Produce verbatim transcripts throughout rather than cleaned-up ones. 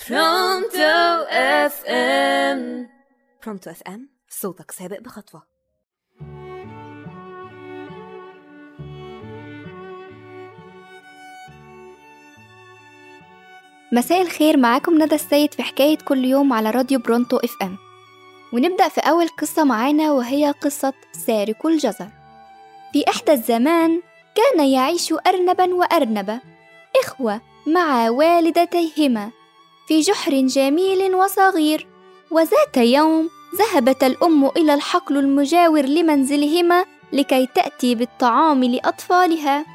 برونتو اف ام. برونتو اف ام، صوتك سابق بخطوة. مساء الخير، معاكم ندى السيد في حكاية كل يوم على راديو برونتو اف ام. ونبدأ في أول قصة معانا، وهي قصة سارق الجزر. في إحدى الزمان كان يعيش أرنبا وأرنبة إخوة مع والدتيهما في جحر جميل وصغير. وذات يوم ذهبت الأم إلى الحقل المجاور لمنزلهما لكي تأتي بالطعام لأطفالها،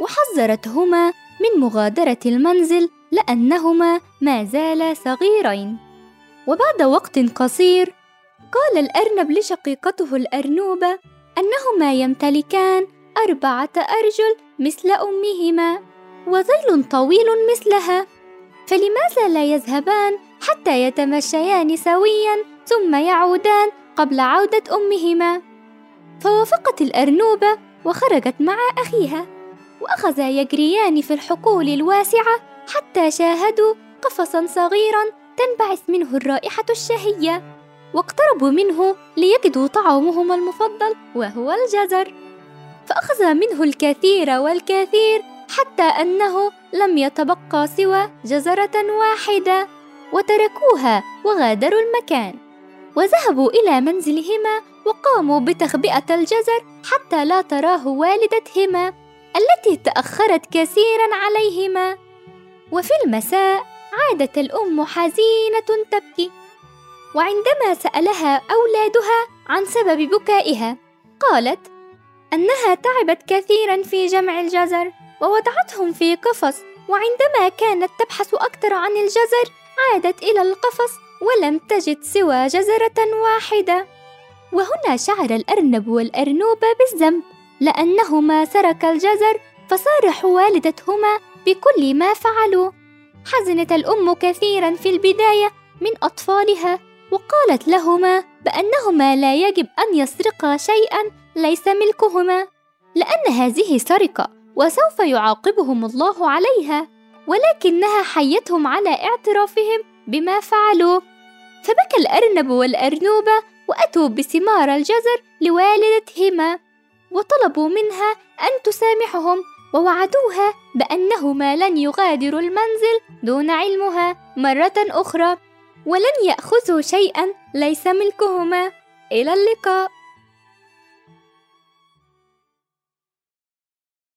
وحذرتهما من مغادرة المنزل لأنهما ما زالا صغيرين. وبعد وقت قصير قال الأرنب لشقيقته الأرنوبة أنهما يمتلكان أربعة أرجل مثل أمهما وذيل طويل مثلها، فلماذا لا يذهبان حتى يتمشيان سويا ثم يعودان قبل عودة أمهما؟ فوافقت الأرنوبة وخرجت مع أخيها، وأخذا يجريان في الحقول الواسعة حتى شاهدوا قفصا صغيرا تنبعث منه الرائحة الشهية، واقتربوا منه ليجدوا طعامهما المفضل وهو الجزر. فأخذ منه الكثير والكثير حتى أنه لم يتبقى سوى جزرة واحدة، وتركوها وغادروا المكان. وذهبوا إلى منزلهما وقاموا بتخبئة الجزر حتى لا تراه والدتهما التي تأخرت كثيرا عليهما. وفي المساء عادت الأم حزينة تبكي، وعندما سألها أولادها عن سبب بكائها قالت أنها تعبت كثيرا في جمع الجزر ووضعتهم في قفص، وعندما كانت تبحث أكثر عن الجزر عادت إلى القفص ولم تجد سوى جزرة واحدة. وهنا شعر الأرنب والأرنوبة بالذنب لأنهما سرقا الجزر، فصارحوا والدتهما بكل ما فعلوا. حزنت الأم كثيرا في البداية من أطفالها، وقالت لهما بأنهما لا يجب أن يسرقا شيئا ليس ملكهما، لأن هذه سرقة وسوف يعاقبهم الله عليها، ولكنها حيتهم على اعترافهم بما فعلوا. فبكى الأرنب والأرنوبة وأتوا بثمار الجزر لوالدتهما، وطلبوا منها أن تسامحهم، ووعدوها بأنهما لن يغادروا المنزل دون علمها مرة أخرى، ولن يأخذوا شيئا ليس ملكهما. إلى اللقاء.